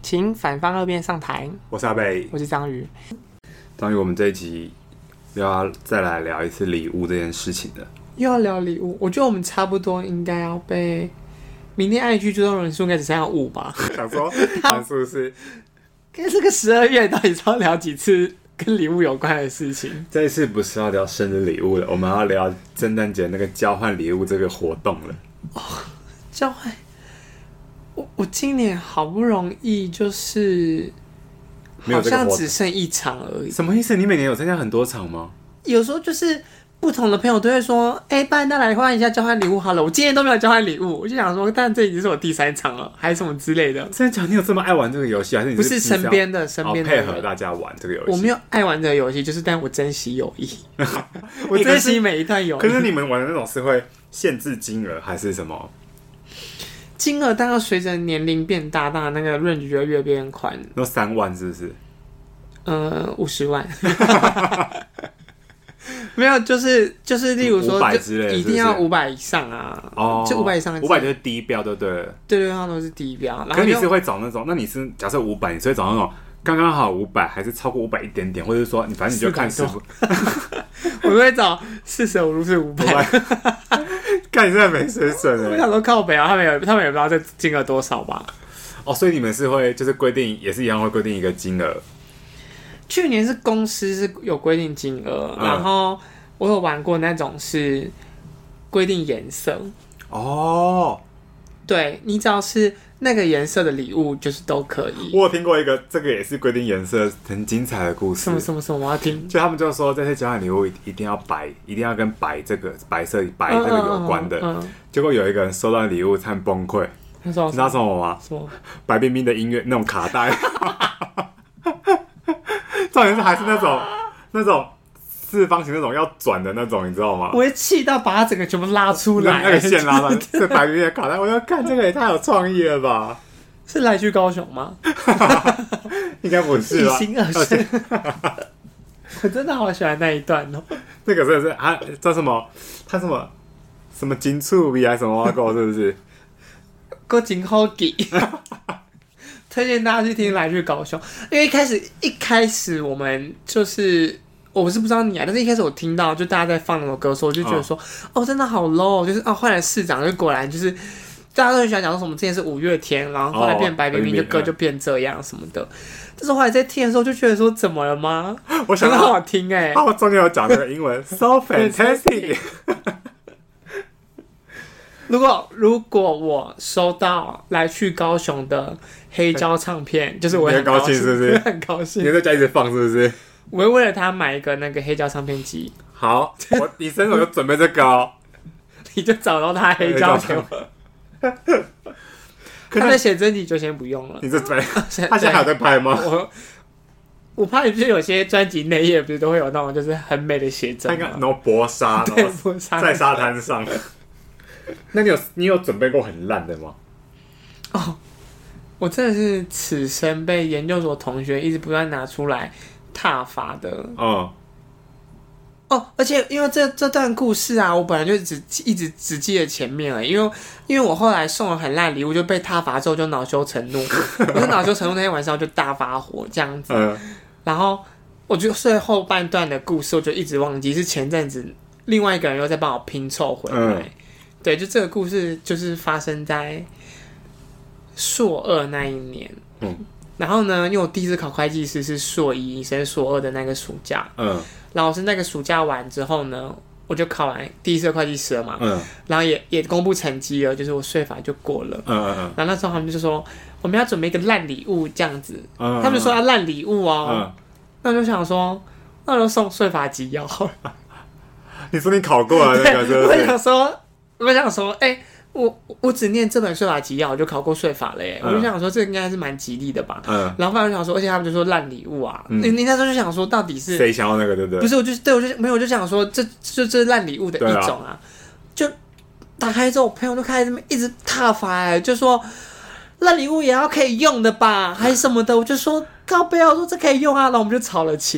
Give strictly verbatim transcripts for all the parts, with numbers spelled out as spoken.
请反方二辩上台。 我是阿贝， 我是章鱼。 章鱼，我们这一集又要再来聊一次礼物这件事情了。 又要聊礼物，我觉得我们差不多应该要被明天 I G 追踪人数应该只剩下五吧。 想说人数是， 跟这个十二月到底是要聊几次跟礼物有关的事情？ 这一次不是要聊生日礼物了，我们要聊圣诞节那个交换礼物这个活动了。 哦，交换。我我今年好不容易就是好像只剩一场而已。 什么意思？你每年有参加很多场吗？ 有时候就是不同的朋友都会说：“哎、欸，不然大家来换一下交换礼物好了。”我今年都没有交换礼物，我就想说，但这已经是我第三场了，还是什么之类的。 真的假的？你有这么爱玩这个游戏，还是你是不是身边的身边的配合大家玩这个游戏？ 我没有爱玩这个游戏，就是但我珍惜友谊，我珍惜每一段友谊。 可是你们玩的那种是会限制金额还是什么？ 金额大概随着年龄变大，当然那个 range 就会越变宽。 那三万是不是？ 呃，五十万。没有，就是就是，例如说， 五百之类的， 一定要五百以上啊！ 哦， 就五百以上， 五百就是低标，对不对？ 对对，它都是低标。 可是你是会找那种，那你是假设五百，你是会找那种刚刚好五百，还是超过五百一点点，或者是说你反正你就看师傅。 我都会找四舍五入是五百。 看你真的没水准哎！ 我想说靠北啊，他们也他们也不知道这金额多少吧？ 哦，所以你们是会就是规定，也是一样会规定一个金额。 去年是公司是有规定金额，嗯、然后我有玩过那种是规定颜色。 哦， 对，你只要是那个颜色的礼物，就是都可以。 我有听过一个，这个也是规定颜色很精彩的故事。 什么什么什么？我要听。 就他们就说，这些交换礼物一定要白，一定要跟白这个白色白这个有关的。嗯嗯嗯嗯、结果有一个人收到礼物，差点崩溃。 你知道什么吗？ 什么？ 白冰冰的音乐那种卡带。重点是还是那种那种四方形那种要转的那种，你知道吗？ 我会气到把它整个全部拉出来， 那个线拉出来，是白冰冰的卡带。我要看这个也太有创意了吧？ 是来去高雄吗？ 应该不是吧？ 一心二生。我真的好喜欢那一段哦。 那个真的是他叫什么？他什么什么金醋鼻还是什么挖沟？是不是？ 够金好记。推荐大家去听《来去高雄》，因为一开始一开始我们就是我是不知道你啊，但是一开始我听到就大家在放那首歌的时候，我就觉得说，哦，哦真的好 low， 就是哦换了市长，就果然就是大家都很喜欢讲说什么之前是五月天，然后后来变白冰冰，就歌就变这样什么的。哦、但是后来在听的时候就觉得说，怎么了吗？ 我想很好听哎、欸， 他们中间有讲那个英文，so fantastic。 如果如果我收到来去高雄的黑胶唱片，就是我很高兴，是不是？ 很高兴。 你在家一直放，是不是？ 我会为了他买一个那个黑胶唱片机。 好，我你伸手就准备这个哦， 你就找到他黑胶给我。他在写真集就先不用了。 你这拍，他现在还有在拍吗？ 我我怕就是有些专辑内页不是都会有那种就是很美的写真吗？ 然后薄纱， 对，薄纱在沙滩上。那你有你有准备过很烂的吗？ 哦，我真的是此生被研究所同学一直不断拿出来挞伐的。 嗯， 哦，而且因为这这段故事啊，我本来就只一直只记得前面了，因为因为我后来送了很烂礼物，就被挞伐之后就恼羞成怒，我就恼羞成怒那天晚上就大发火这样子，嗯、然后我就睡后半段的故事我就一直忘记，是前阵子另外一个人又在帮我拼凑回来。嗯对，就这个故事就是发生在硕二那一年，嗯，然后呢，因为我第一次考会计师是硕一升硕二的那个暑假，嗯，然后是那个暑假完之后呢，我就考完第一次的会计师了嘛，嗯，然后也也公布成绩了，就是我税法就过了，嗯嗯嗯，然后那时候他们就说我们要准备一个烂礼物这样子，嗯，他们就说要烂礼物哦，嗯，那我就想说，那就送税法纪要好了。 你说你考过了那个，是不是？ 我想说。我想说，哎、欸，我我只念这本税法纪要，我就考过税法了耶、嗯！我就想说，这应该是蛮吉利的吧。嗯。然后后来我就想说，而且他们就说烂礼物啊，嗯、你你那时候就想说，到底是谁想要那个，对不对？ 不是，我就对我就没有，我就想说，这这这是烂礼物的一种啊。啊就打开之后，我朋友就开始一直挞伐，哎，就说烂礼物也要可以用的吧，还是什么的。我就说靠背啊，我说这可以用啊，然后我们就吵了起来。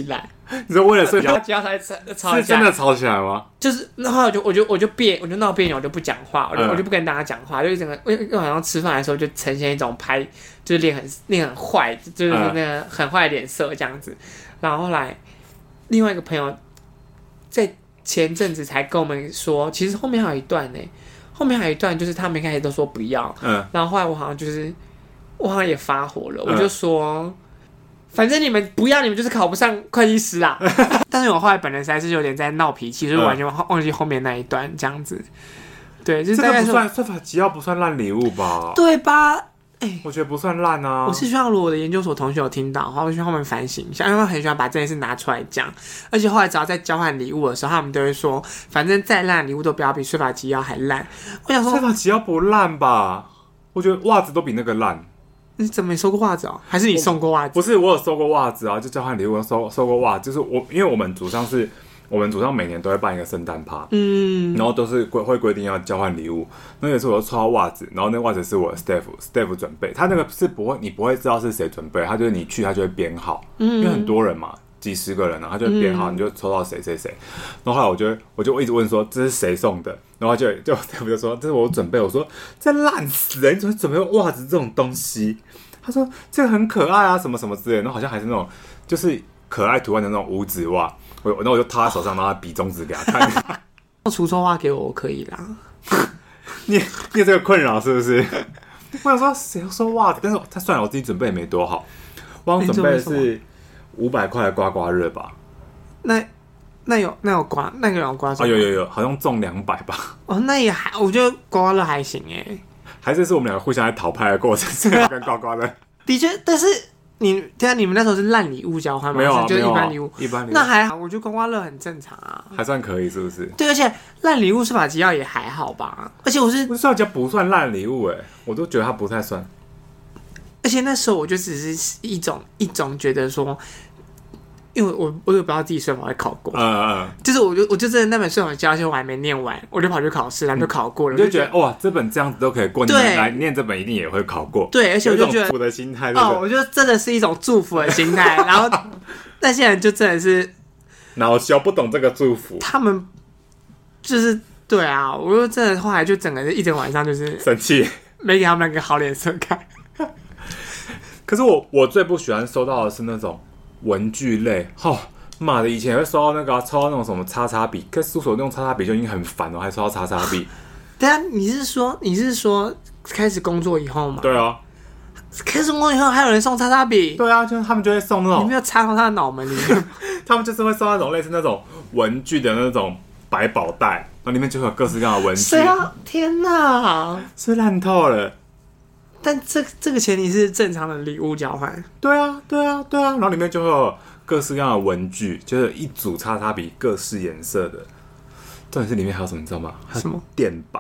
你说为了睡觉， 只要才吵是真的吵起来吗？ 就是那后来我就我就我就别我就闹别扭，我就不讲话，我就、嗯、我就不跟大家讲话，就一整个因为好像吃饭的时候就呈现一种拍就是脸很脸很坏，就是那个很坏的脸色这样子。然后后来另外一个朋友在前阵子才跟我们说，其实后面还有一段呢、欸，后面还有一段就是他们一开始都说不要，嗯，然后后来我好像就是我好像也发火了，嗯、我就说。反正你们不要，你们就是考不上会计师啦。但是我后来本人实在是有点在闹脾气，就是完全忘记后面那一段这样子。对，就是大概这个不算算法只要不算烂礼物吧？ 对吧？欸、 我觉得不算烂啊。 我是希望如果我的研究所同学有听到的话，我希望他们反省一下，因为他们很喜欢把这件事拿出来讲。而且后来只要在交换礼物的时候，他们都会说，反正再烂的礼物都不要比税法集要还烂。我想说， 税法集要不烂吧？我觉得袜子都比那个烂。 你怎么没收过袜子哦？还是你送过袜子？ 不是，我有收过袜子啊，就交换礼物收收过袜子。就是我，因为我们组上是，我们组上每年都会办一个圣诞趴，嗯，然后都是规会规定要交换礼物。那有一次我就抽到袜子，然后那袜子是我的 staff staff 准备，他那个是不会，你不会知道是谁准备，他就是你去，他就会编号，嗯，因为很多人嘛，几十个人啊，他就会编号，嗯、你就抽到谁谁谁。然后后来我就我就一直问说这是谁送的，然后就就 staff 就说这是我准备，我说这烂死了，你怎么准备袜子这种东西？他说这个很可爱啊，什么什么之类的，然后好像还是那种就是可爱图案的那种五指袜，我然后我就套在手上，然后他比中指给他看。 除臭袜给我，我可以啦。 你你有这个困扰是不是？我想说谁要收袜子，但是他算了，我自己准备也没多好，我准备的是五百块的刮刮乐吧。 那那有那有刮那个有刮什么？ 哦有有有，好像中两百吧。 哦，那也还，我觉得刮刮乐还行哎。 还是是我们两个互相在讨拍的过程，这个跟刮刮乐。 的确，但是你对啊，你们那时候是烂礼物交换吗？ 没有啊， 就是一般礼物， 一般礼物那还好，我觉得刮刮乐很正常啊， 还算可以，是不是？ 对，而且烂礼物是法集要也还好吧，而且我是不是要不算烂礼物哎，我都觉得它不太算。 而且那时候我就只是一种一种觉得说。因为我我也不知道自己税法会考过，嗯嗯，就是我就我就真的那本税法教学我还没念完，我就跑去考试，然后就考过了， 你就觉得哇，这本这样子都可以过，你来念这本一定也会考过， 对，而且我就觉得祝福的心态， 哦，我觉得真的是一种祝福的心态，然后但现在就真的是恼羞不懂这个祝福， 他们就是对啊，我就真的后来就整个一整晚上就是生气， 没给他们两个好脸色看。 可是我我最不喜欢收到的是那种。文具类，哦，妈的！以前会收到那个、啊、抽到那种什么叉叉笔，可是书手用叉叉笔就已经很烦了，还收到叉叉笔。 对啊，你是说你是说开始工作以后吗？ 对啊， 开始工作以后还有人送叉叉笔？ 对啊，就是他们就会送那种， 你没有插到他的脑门里面？ 他们就是会送那种类似那种文具的那种百宝袋，然后里面就会有各式各样的文具。 谁啊？天哪， 是烂透了。 但这这个前提是正常的礼物交换。 对啊，对啊，对啊，然后里面就会有各式各样的文具，就是一组叉叉笔，各式颜色的。重点是里面还有什么，你知道吗？ 什么垫板？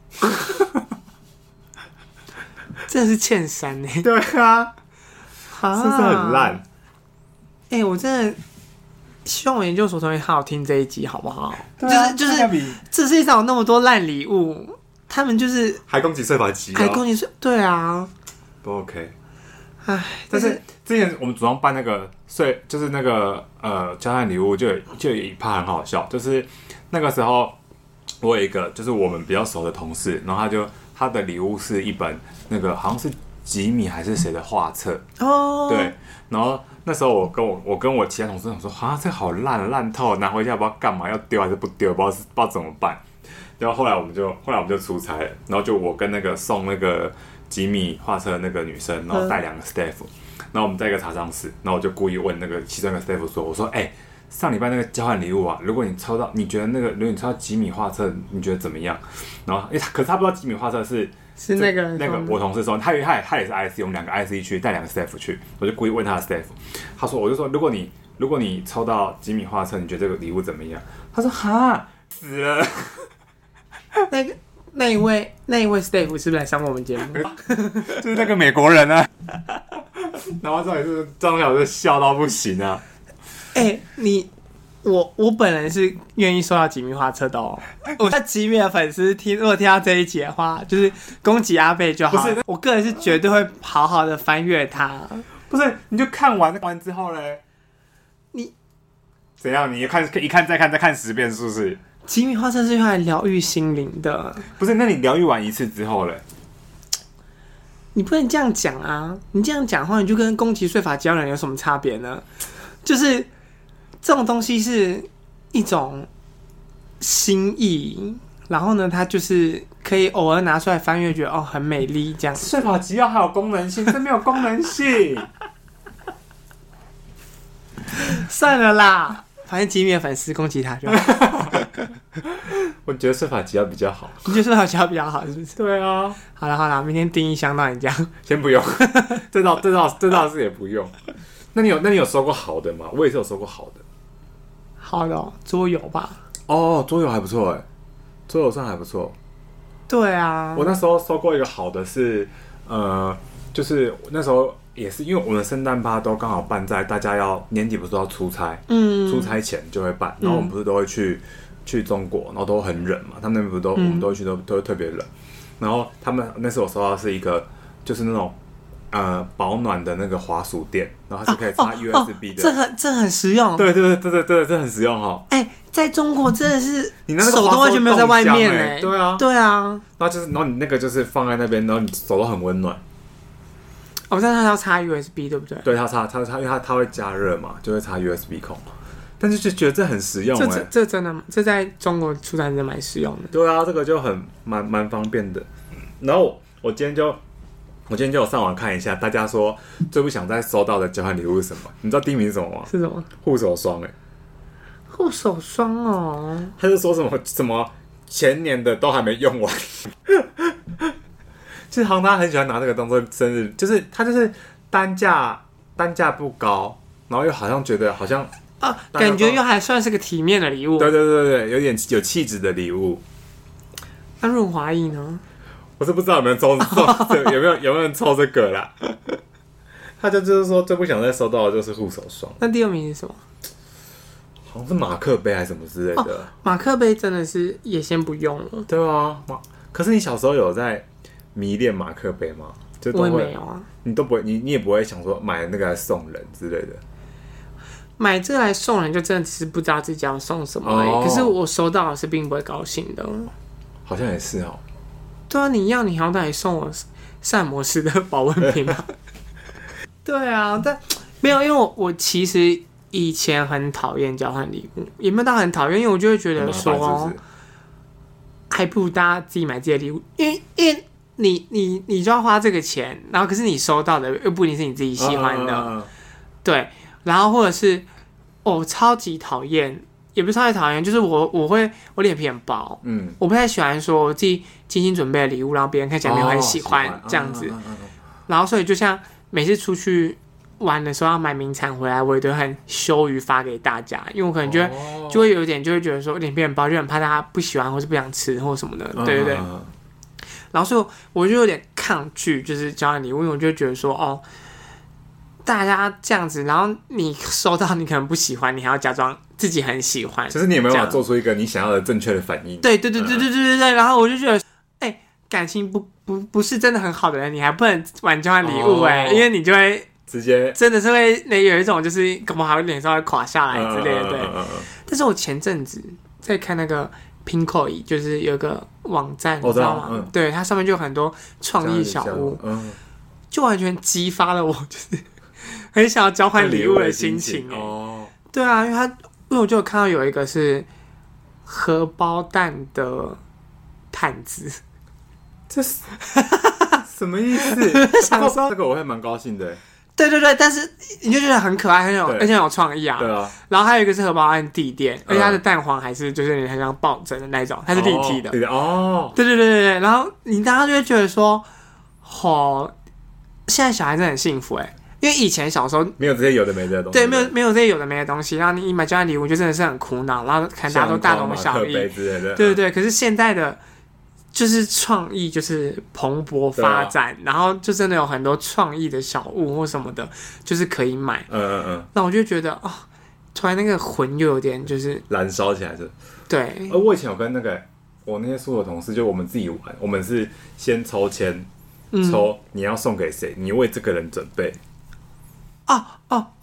真的是欠删哎、欸。 对啊，是不是很烂？ 哎、欸，我真的希望我研究所同学好好听这一集，好不好？啊、就是就是，这世界上有那么多烂礼物。他们就是还攻击税法集， 还攻击税，对啊， 不 OK。 唉， 但是之前我们组上办那个税，就是那个呃交换礼物就，就就有一趴很好笑，就是那个时候我有一个就是我们比较熟的同事，然后他就他的礼物是一本那个好像是吉米还是谁的画册哦，对，然后那时候我跟我我跟我其他同事想说，啊这好烂烂透，拿回家不知道干嘛，要丢还是不丢，不知道不知道怎么办。然后后来我们就后来我们就出差了，然后就我跟那个送那个吉米画册的那个女生，然后带两个 staff，、嗯、然后我们在一个茶商室，然后我就故意问那个其中一个 staff 说，我说哎、欸，上礼拜那个交换礼物啊，如果你抽到，你觉得那个如果你抽到吉米画册，你觉得怎么样？然后、欸、可是他不知道吉米画册是是那个那个我同事说，他他他也是 I C， 我们两个 I C 去带两个 staff 去，我就故意问他的 staff， 他说我就说如果你如果你抽到吉米画册，你觉得这个礼物怎么样？他说哈死了。 那个那一位那一位 staff 是不是来上过我们节目？ 就是那个美国人啊。然后这里是张小就笑到不行啊。 哎、欸，你我我本人是愿意收到吉米画册的哦。我在吉米的粉丝听，如果听到这一集的话，就是攻击阿贝就好。不是，我个人是绝对会好好的翻阅它。 不是，你就看完完之后嘞， 你怎样？你看一看再看再看十遍，是不是？ 吉米花生是用来疗愈心灵的。 不是？那你疗愈完一次之后嘞？ 你不能这样讲啊！你这样讲的话，你就跟攻击税法胶囊有什么差别呢？就是这种东西是一种心意，然后呢，它就是可以偶尔拿出来翻阅，觉得哦很美丽这样。 税法吉药还有功能性，这没有功能性。 算了啦，反正吉米的粉丝攻击他就好。 我觉得税法吉药比较好。 你觉得税法吉药比较好，是不是？ 对啊。 好了好了，明天订一箱到你家。 先不用，这倒这倒这倒是也不用。那你有那你有收过好的吗？我也是有收过好的。 好的、哦，桌游吧。 哦，桌游还不错哎，桌游上还不错。 对啊， 我那时候收过一个好的是，呃，就是那时候也是因为我们圣诞趴都刚好办在大家要年底不是都要出差，嗯，出差前就会办，然后我们不是都会去、嗯、去中国，然后都很冷嘛，他们那边不是都、嗯、我们都会去都都会特别冷，然后他们那时候我收到的是一个就是那种呃保暖的那个滑鼠垫，然后它是可以插 U S B 的， 哦哦哦、这很这很实用， 对对对对对对，这很实用哈。 哎、欸，在中国真的是你那个手都完全没有在外面哎、欸， 对啊对啊， 然后就是然后你那个就是放在那边，然后你手都很温暖。 哦，但是它要插 U S B 对不对？ 对，它插它插，因为它它会加热嘛，就会插 U S B 孔。但是就觉得这很实用哎、欸， 这这真的吗？这在中国出差真的蛮实用的。 对啊，这个就很蛮蛮方便的。然后我我今天就我今天就有上网看一下，大家说最不想再收到的交换礼物是什么？你知道第一名是什么吗？ 是什么？ 护手霜哎、欸， 护手霜哦。 他就说什么什么前年的都还没用完。就是好像大家很喜欢拿这个当做生日，就是它就是单价单价不高，然后又好像觉得好像啊，感觉又还算是个体面的礼物。 对对对对，有点有气质的礼物。 那润滑液呢？ 我是不知道有没有抽抽有没有有没有人抽这个啦。他就就是说最不想再收到的就是护手霜。 那第二名是什么？ 好像是马克杯还是什么之类的。哦、 马克杯真的是也先不用了。 对啊，可是你小时候有在迷恋马克杯吗？就都会我也没有啊， 你都不会，你你也不会想说买那个来送人之类的。 买这个来送人，就真的只是不知道自己要送什么而已。哦、可是我收到的是并不会高兴的。 好像也是哦。 对啊，你要你好歹送我膳魔师的保温瓶吧。对啊，但没有，因为我我其实以前很讨厌交换礼物，也没有到很讨厌，因为我就会觉得说，是是还不如大家自己买自己的礼物，因为因为你你你就要花这个钱，然后可是你收到的又不一定是你自己喜欢的，嗯嗯嗯对，然后或者是我、哦、超级讨厌。也不是超级讨厌，就是我我会我脸皮很薄，嗯，我不太喜欢说我自己精心准备的礼物，然后别人看起来没有很喜欢、哦、这样子、嗯嗯嗯嗯，然后所以就像每次出去玩的时候要买名产回来，我也都很羞于发给大家，因为我可能就会、哦、就会有一点就会觉得说脸皮很薄，就很怕大家不喜欢或是不想吃或什么的，对对对。嗯嗯嗯然后所以我就有点抗拒，就是交换礼物，因为我就觉得说哦。大家这样子，然后你收到你可能不喜欢，你还要假装自己很喜欢， 就是你有没有办法做出一个你想要的正确的反应？ 对对对对对对对对。然后我就觉得，哎、欸，感情不不不是真的很好的人，你还不能玩交换礼物哎、欸哦，因为你就会直接真的是会有一种就是搞不好脸稍微垮下来之类的。对、嗯嗯嗯嗯。但是我前阵子在看那个 Pinkoi， 就是有一个网站，你知道吗？嗯、对，它上面就有很多创意小物，嗯，就完全激发了我，就是。很想要交换礼物的心情哦，对啊，因为他因为我就有看到有一个是荷包蛋的毯子， 这是什么意思？想说这个我会蛮高兴的。 对对对，但是你就觉得很可爱，很有而且很有创意啊。 对啊。 然后还有一个是荷包蛋地垫，而且它的蛋黄还是就是很像抱枕的那种，它是立体的。 哦。 对对对对对，然后你大家就会觉得说，哦，现在小孩真的很幸福哎、欸。因为以前小时候没有这些有的没的东西， 对，没有没有这些有的没的东西，然后你一买交换礼物就真的是很苦恼，然后可能大家都大同小异，对对对。可是现在的就是创意就是蓬勃发展，然后就真的有很多创意的小物或什么的，就是可以买。嗯嗯嗯。那我就觉得哦，突然那个魂又有点就是燃烧起来的。 对。 而我以前有跟那个我那些宿舍同事，就我们自己玩，我们是先抽签，抽你要送给谁，你为这个人准备。 哦哦哦，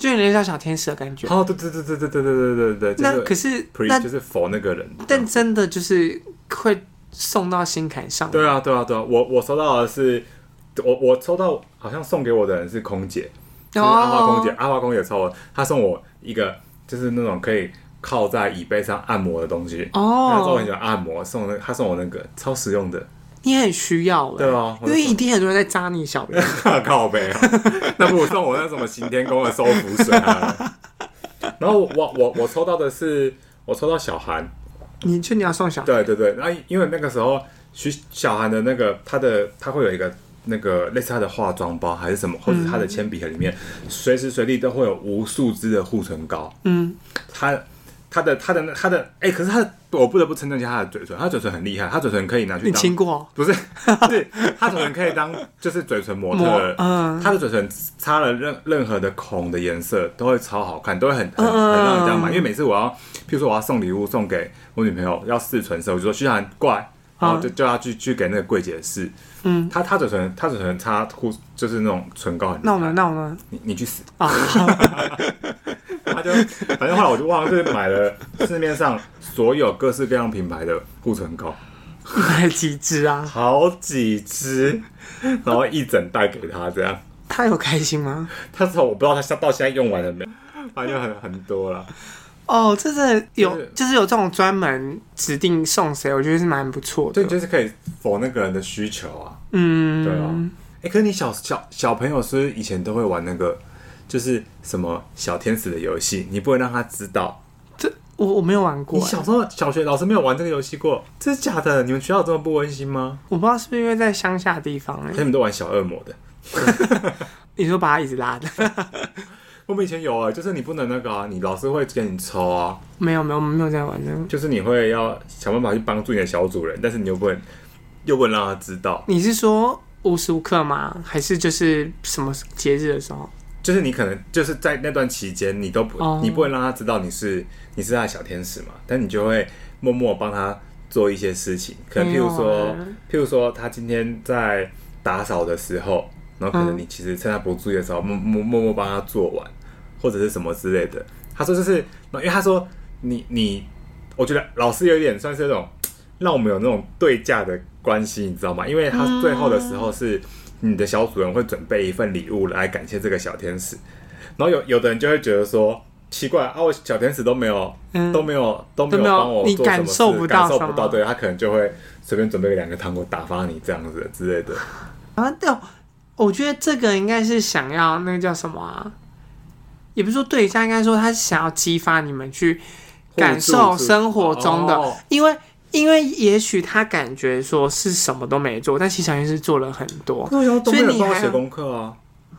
就有点像小天使的感觉。 哦，对对对对对对对对对对。 那可是 pre 那就是 for 那个人， 但真的就是会送到心坎上。 对啊对啊对啊，我我收到的是，我我收到好像送给我的人是空姐，就是阿花空姐，阿花空姐抽我，她送我一个就是那种可以靠在椅背上按摩的东西。哦，她说我很喜欢按摩，送那她送我那个超实用的。 你很需要了， 对啊， 因为一定很多人在扎你小人， 靠背啊，那不如送我那什么行天宫的收服水啊。然后我我我抽到的是，我抽到小韩， 你就你要送小韩， 对对对，然后因为那个时候徐小韩的那个他的他会有一个那个类似他的化妆包还是什么，或者他的铅笔盒里面，随时随地都会有无数支的护唇膏，嗯，他。他的他的他的哎、欸，可是他的我不得不称赞一下他的嘴唇，他的嘴唇很厉害，他嘴唇可以拿去当。 你亲过？ 不是，是他嘴唇可以当就是嘴唇模特，嗯，他的嘴唇擦了任任何的孔的颜色都会超好看，都会很很很让人家买。因为每次我要，譬如说我要送礼物送给我女朋友要试唇的时候，我就说徐涵过来，然后就叫他去去给那个柜姐试。嗯，他他嘴唇他嘴唇擦护就是那种唇膏很厉害。 那我呢？那我呢？ 你你去死啊！他就反正后来我就忘了是买了市面上所有各式各样品牌的护唇膏， 你买了几支啊？ 好几支，然后一整袋给他这样。 他有开心吗？ 他说我不知道他到现在用完了没，反正就很很多了。 哦，这是有，就是、就是有这种专门指定送谁，我觉得是蛮不错的。 对，就是可以符那个人的需求啊。嗯，对啊。哎、欸，可是你小小小朋友是不是以前都会玩那个？就是什么小天使的游戏，你不会让他知道。 这我我没有玩过。 你小时候小学老师没有玩这个游戏过？这是假的？你们学校这么不温馨吗？ 我不知道是不是因为在乡下的地方哎、欸。 他们都玩小恶魔的。 你说把他一直拉的？ 我们以前有啊，就是你不能那个啊，你老师会给你抽啊。 没有没有，我们没有在玩那个。 就是你会要想办法去帮助你的小主人，但是你又不能又不能让他知道。 你是说无时无刻吗？还是就是什么节日的时候？ 就是你可能就是在那段期间，你都不， oh. 你不能让他知道你是你是他的小天使嘛，但你就会默默帮他做一些事情，可能譬如说，譬如说他今天在打扫的时候，然后可能你其实趁他不注意的时候，默默默默帮他做完，或者是什么之类的。他说就是，因为他说你你，我觉得老师有点算是那种让我们有那种对价的关系，你知道吗？因为他最后的时候是。你的小主人会准备一份礼物来感谢这个小天使，然后有有的人就会觉得说奇怪啊，我小天使都没有、嗯、都没有都没有帮我做什么事， 感受不到， 感受不到，对他可能就会随便准备两个糖果打发你这样子之类的。 啊，对，我觉得这个应该是想要那个叫什么啊？也不是说对价，应该说他是想要激发你们去感受生活中的，哦、因为。因为也许他感觉说是什么都没做，但其实小天使做了很多， 所以你还写功课啊。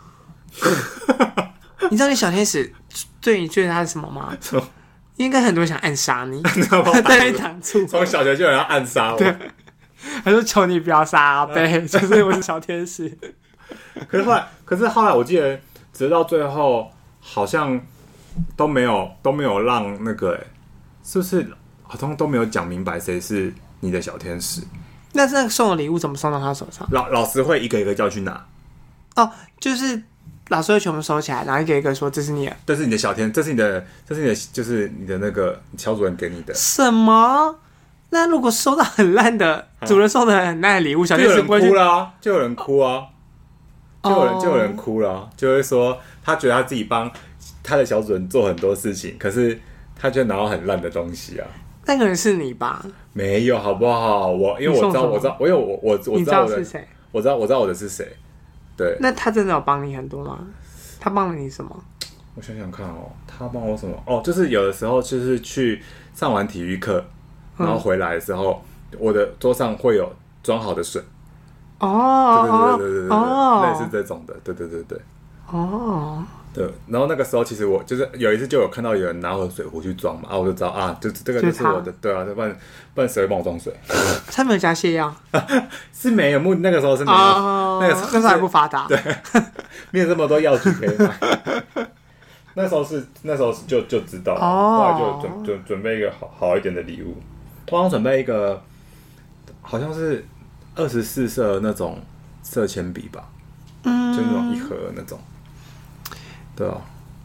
你知道你小天使对你觉得他是什么吗？什么？应该很多人想暗杀你，在那挡住。 从小学就有人要暗杀我， 对，他说求你不要杀阿贝，就是我是小天使。 可是后来，可是后来我记得，直到最后好像都没有都没有让那个、欸，是不是？好像都没有讲明白谁是你的小天使。 那这个送的礼物怎么送到他手上？ 老老师会一个一个叫去拿。 哦，就是老师会全部收起来，然后一个一个说这是你的， 这是你的小天，这是你的，这是你的，就是你的那个小主人给你的。 什么？那如果收到很烂的，啊、主人送的很烂的礼物，小天使不会就有人哭啦、啊，就有人哭啊，就有人、oh. 就有人哭了、啊，就会说他觉得他自己帮他的小主人做很多事情，可是他就拿到很烂的东西啊。 那个人是你吧？ 没有，好不好？我因为我知道，我知道，我有我我我知道我的是谁， 我知道我知道我的是谁。对， 那他真的有帮你很多吗？他帮了你什么？ 我想想看哦，他帮我什么？哦，就是有的时候就是去上完体育课，然后回来的时候，嗯、我的桌上会有装好的水。哦，对对对对对对，哦、类似这种的，对对对对。哦。对，然后那个时候其实我就是有一次就有看到有人拿我的水壶去装嘛，啊，我就知道啊，就这个就是我的，对啊，不然不然谁会帮我装水？ 他没有加泻药， 是没有，那个时候是没有，哦、那个时候那时候还不发达， 对，没有这么多药局可以买。那时候是那时候就就知道，哦、后来就准准准备一个好好一点的礼物，帮我准备一个好像是二十四色那种色铅笔吧，嗯，就那种一盒那种。对啊，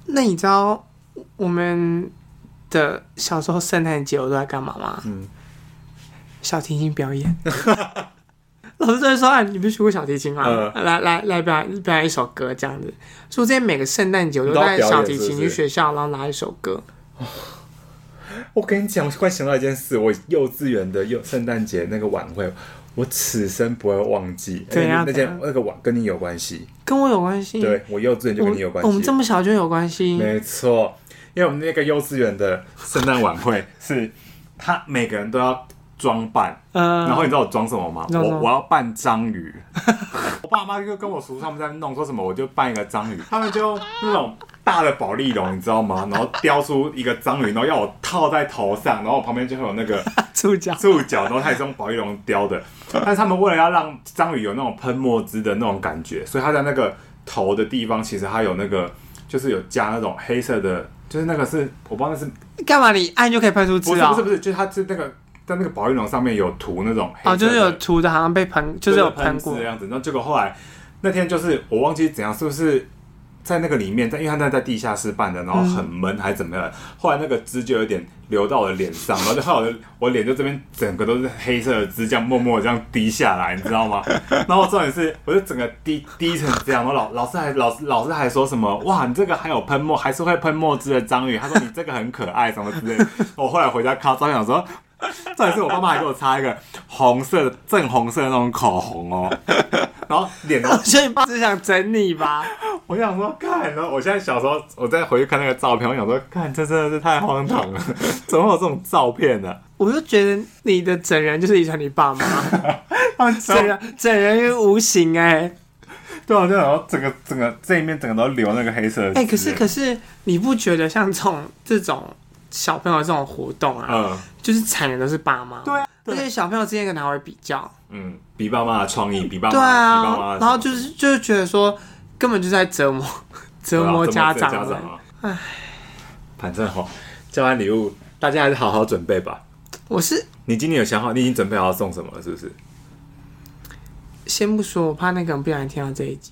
那你知道我们的小时候圣诞节我都在干嘛吗？嗯，小提琴表演。老师就会说：“啊，你不是学过小提琴吗？呃、来来来，表演表演一首歌这样子。”所以，这些每个圣诞节我都带小提琴去学校，然后拿一首歌。 我跟你讲，我突然想到一件事，我幼稚园的幼圣诞节那个晚会，我此生不会忘记。 对呀， 那件那个晚跟你有关系， 跟我有关系。 对，我幼稚园就跟你有关系。 我, 我们这么小就有关系， 没错。因为我们那个幼稚园的圣诞晚会是，他每个人都要装扮，嗯，然后你知道我装什么吗？我我要扮章鱼。我爸妈就跟我叔叔他们在弄，说什么我就扮一个章鱼，他们就那种大的保丽龙，你知道吗？然后雕出一个章鱼，然后要我套在头上，然后我旁边就会有那个触角， 触角，然后它也是用保丽龙雕的。但是他们为了要让章鱼有那种喷墨汁的那种感觉，所以他在那个头的地方，其实它有那个就是有加那种黑色的，就是那个是我不知道那是干嘛，你按就可以喷出汁啊？ 不是不是不是，就是它是那个。在那个保丽龙上面有涂那种黑色的， 哦，就是有涂的，好像被喷，就是有喷过的样子。然后结果后来那天就是我忘记怎样，是不是在那个里面，因为他那在地下室办的，然后很闷还是怎么样？后来那个汁就有点流到我的脸上，然后就后来我的我脸就这边整个都是黑色的汁，这样默默的这样滴下来，你知道吗？然后重点是，我就整个滴滴成这样，然后老老师还老师老师还说什么哇，你这个还有喷墨，还是会喷墨汁的章鱼，他说你这个很可爱什么之类的。我后来回家看照片，想说。重点是我爸妈还给我擦一个红色的正红色的那种口红哦，然后脸都， 所以你爸只想整你吧？ 我想说，看，然后我现在小时候，我再回去看那个照片，我想说，看，这真的是太荒唐了，怎么会有这种照片呢？ 我就觉得你的整人就是遗传你爸妈，他们整人整人于无形哎、欸。 对啊，就然后整个整个这一面整个都流那个黑色的。 哎、欸，可是可是你不觉得像这种这种小朋友这种活动啊，嗯，就是惨的都是爸妈， 对啊， 而且小朋友之间可能还会比较， 嗯，比爸妈的创意，比爸妈， 对啊， 比爸妈， 然后就是就是觉得说根本就在折磨折磨家长们，哎、啊， 反正哈，交换礼物大家还是好好准备吧。 我是你今年有想好，你已经准备好要送什么了，是不是？ 先不说，我怕那个人不小心听到这一集，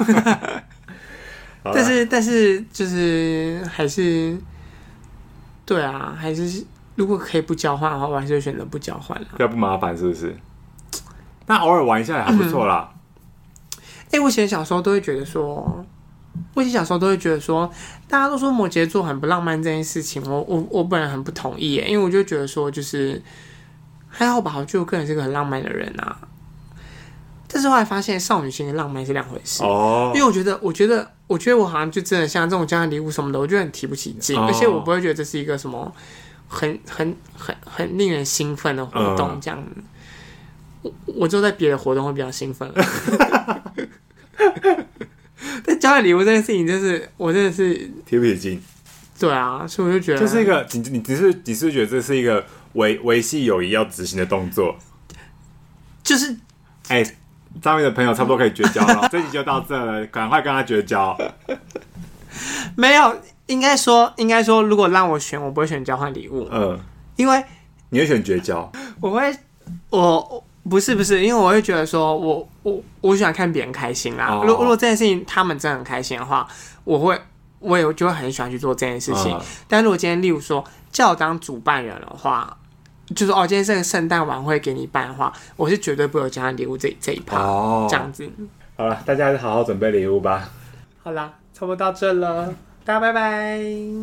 但是但是就是还是。对啊，还是如果可以不交换的话，我还是会选择不交换啦。 比较不麻烦，是不是？那偶尔玩一下也还不错啦。 哎、嗯欸，我以前小时候都会觉得说，我以前小时候都会觉得说，大家都说摩羯座很不浪漫这件事情，我我我本人很不同意耶，因为我就觉得说，就是还好吧，我觉得我个人是个很浪漫的人啊。但是后来发现，少女心跟浪漫是两回事哦。因为我觉得，我觉得，我觉得我好像就真的像这种交换礼物什么的，我觉得很提不起劲，哦、而且我不会觉得这是一个什么很很很很令人兴奋的活动这样子。嗯、我我就在别的活动会比较兴奋。但交换礼物这件事情，就是我真的是提不起劲。 对啊，所以我就觉得， 就是一个你你只是你是觉得这是一个维维系友谊要执行的动作， 就是哎。欸上面的朋友差不多可以绝交了，这集就到这了，赶快跟他绝交。 没有，应该说，应该说，如果让我选，我不会选交换礼物。嗯，因为你会选绝交。 我会，我不是不是，因为我会觉得说我我我喜欢看别人开心啦。哦、如果如果这件事情他们真的很开心的话，我会我也就会很喜欢去做这件事情。嗯、但如果今天例如说叫我当主办人的话。就是哦，今天这个圣诞晚会给你办的话，我是绝对不会有交换礼物这这一趴、哦、这样子。 好了，大家还是好好准备礼物吧。 好啦，差不多到这了，大家拜拜。